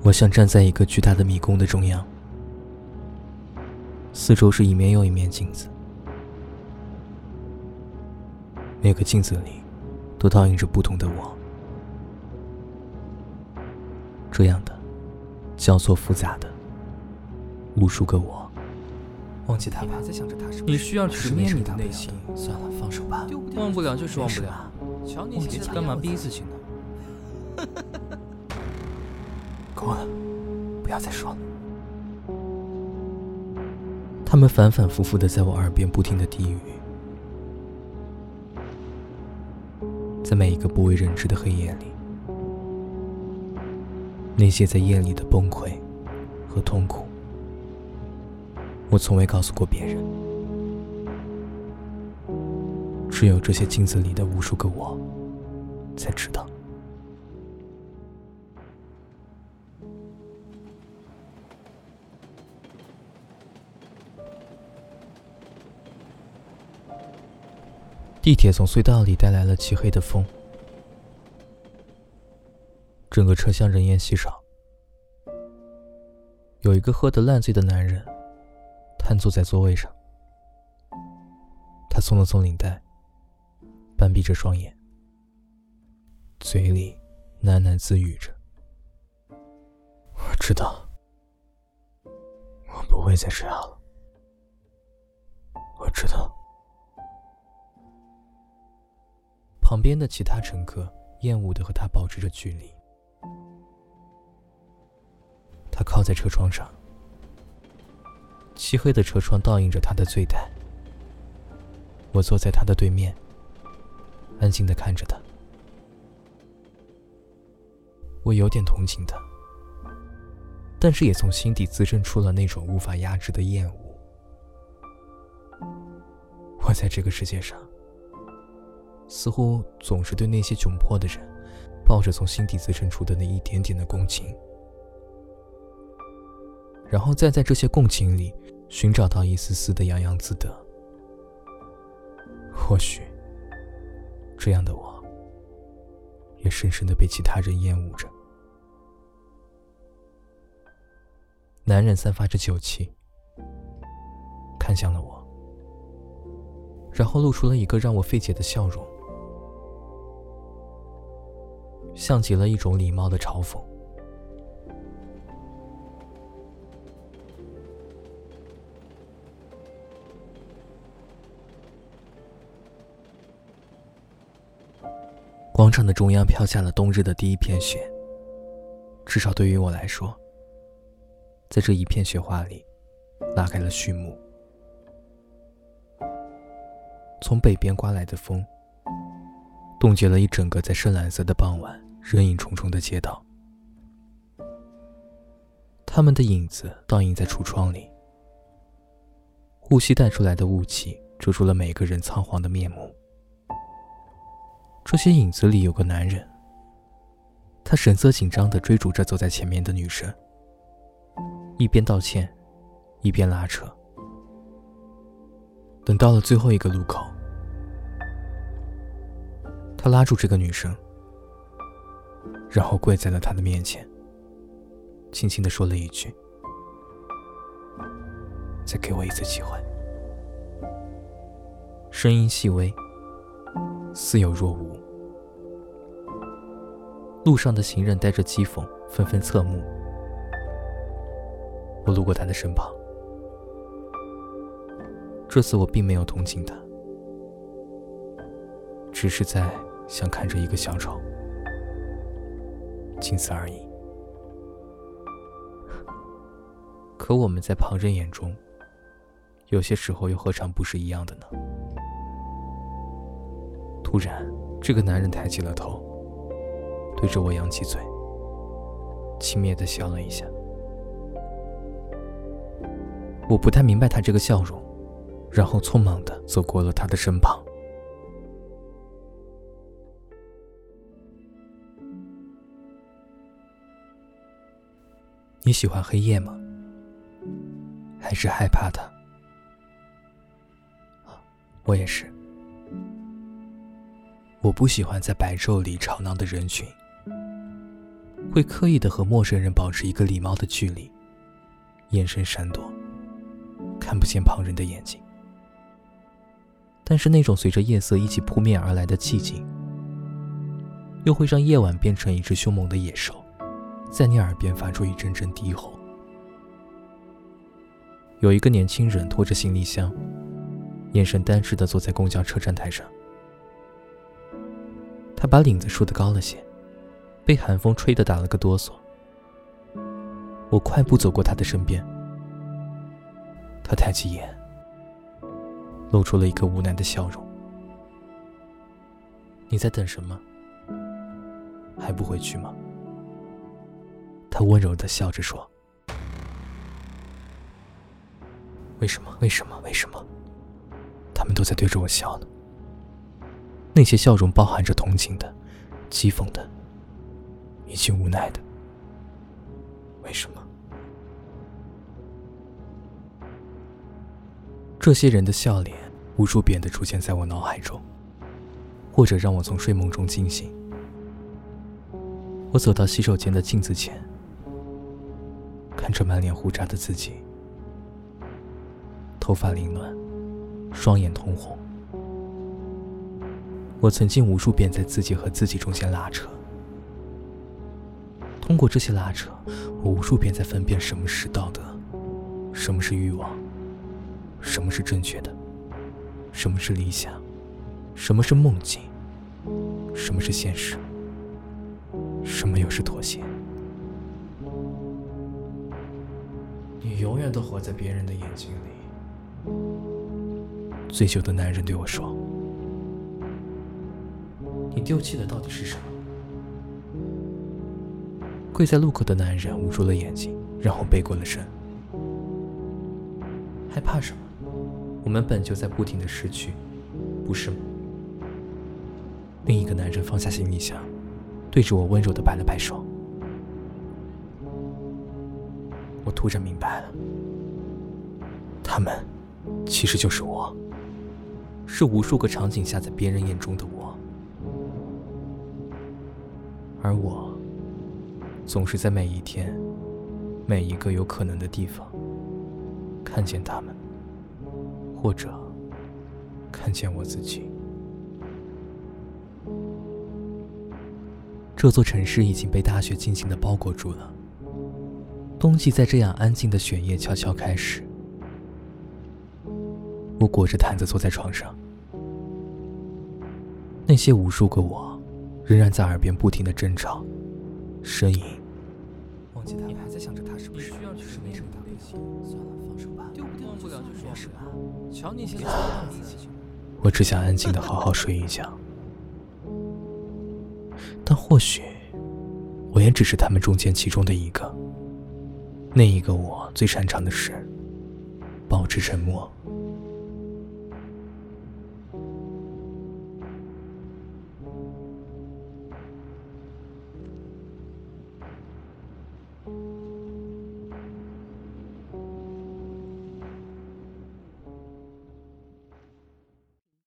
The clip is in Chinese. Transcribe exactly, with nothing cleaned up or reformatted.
我像站在一个巨大的迷宫的中央，四周是一面又一面镜子，每个镜子里都倒映着不同的我，这样的交错复杂的无数个我。忘记他吧，你需要直面你的内心。算了，放手吧。忘不了就是忘不了，忘记干嘛逼自己呢？够了，不要再说了。他们反反复复地在我耳边不停地低语，在每一个不为人知的黑夜里，那些在夜里的崩溃和痛苦，我从未告诉过别人，只有这些镜子里的无数个我才知道。地铁从隧道里带来了漆黑的风，整个车厢人烟稀少。有一个喝得烂醉的男人瘫坐在座位上，他松了松领带，半闭着双眼，嘴里喃喃自语着：我知道，我不会再这样了，我知道。旁边的其他乘客厌恶地和他保持着距离。他靠在车窗上，漆黑的车窗倒映着他的醉态。我坐在他的对面，安静地看着他。我有点同情他，但是也从心底滋生出了那种无法压制的厌恶。我在这个世界上，似乎总是对那些窘迫的人抱着从心底滋生出的那一点点的共情，然后再在这些共情里寻找到一丝丝的洋洋自得。或许这样的我也深深地被其他人厌恶着。男人散发着酒气，看向了我，然后露出了一个让我费解的笑容，像极了一种礼貌的嘲讽。广场的中央飘下了冬日的第一片雪，至少对于我来说，在这一片雪花里拉开了序幕。从北边刮来的风冻结了一整个在深蓝色的傍晚人影重重的街道，他们的影子倒映在橱窗里，呼吸带出来的雾气遮住了每个人仓皇的面目。这些影子里有个男人，他神色紧张地追逐着走在前面的女生，一边道歉一边拉扯。等到了最后一个路口，他拉住这个女生，然后跪在了她的面前，轻轻地说了一句：再给我一次机会。声音细微，似有若无。路上的行人带着讥讽纷纷侧目，我路过他的身旁。这次我并没有同情他，只是在像看着一个小丑，仅此而已。可我们在旁人眼中，有些时候又何尝不是一样的呢？突然，这个男人抬起了头，对着我扬起嘴，轻蔑地笑了一下。我不太明白他这个笑容，然后匆忙地走过了他的身旁。你喜欢黑夜吗？还是害怕它？我也是。我不喜欢在白昼里吵闹的人群， 会刻意的和陌生人保持一个礼貌的距离，眼神闪躲，看不见旁人的眼睛。但是那种随着夜色一起扑面而来的寂静，又会让夜晚变成一只凶猛的野兽，在你耳边发出一阵阵低吼。有一个年轻人拖着行李箱，眼神呆滞地坐在公交车站台上。他把领子梳得高了些，被寒风吹得打了个哆嗦。我快步走过他的身边，他抬起眼，露出了一个无奈的笑容。你在等什么？还不回去吗？他温柔地笑着说。为什么？为什么？为什么？他们都在对着我笑呢。那些笑容包含着同情的、讥讽的，以及无奈的。为什么？这些人的笑脸无数遍地出现在我脑海中，或者让我从睡梦中惊醒。我走到洗手间的镜子前，看着满脸胡渣的自己，头发凌乱，双眼通红。我曾经无数遍在自己和自己中间拉扯，通过这些拉扯，我无数遍在分辨什么是道德，什么是欲望，什么是正确的，什么是理想，什么是梦境，什么是现实，什么又是妥协。你永远都活在别人的眼睛里。醉酒的男人对我说。你丢弃的到底是什么？跪在路口的男人捂住了眼睛，然后背过了身。害怕什么？我们本就在不停的失去，不是吗？另一个男人放下行李箱，对着我温柔地摆了摆手。我突然明白了，他们其实就是我，是无数个场景下在别人眼中的我。而我总是在每一天每一个有可能的地方看见他们，或者看见我自己。这座城市已经被大雪静静地包裹住了，冬季在这样安静的雪夜悄悄开始。我裹着毯子坐在床上，那些无数个我仍然在耳边不停地争吵呻吟。忘记他，你还在想着他是不是需要就是没什么大关系。算了，放手吧，丢不丢不了就说是吧。瞧你现在这样子，我只想安静地好好睡一觉。但或许我也只是他们中间其中的一个。那一个我最擅长的是保持沉默，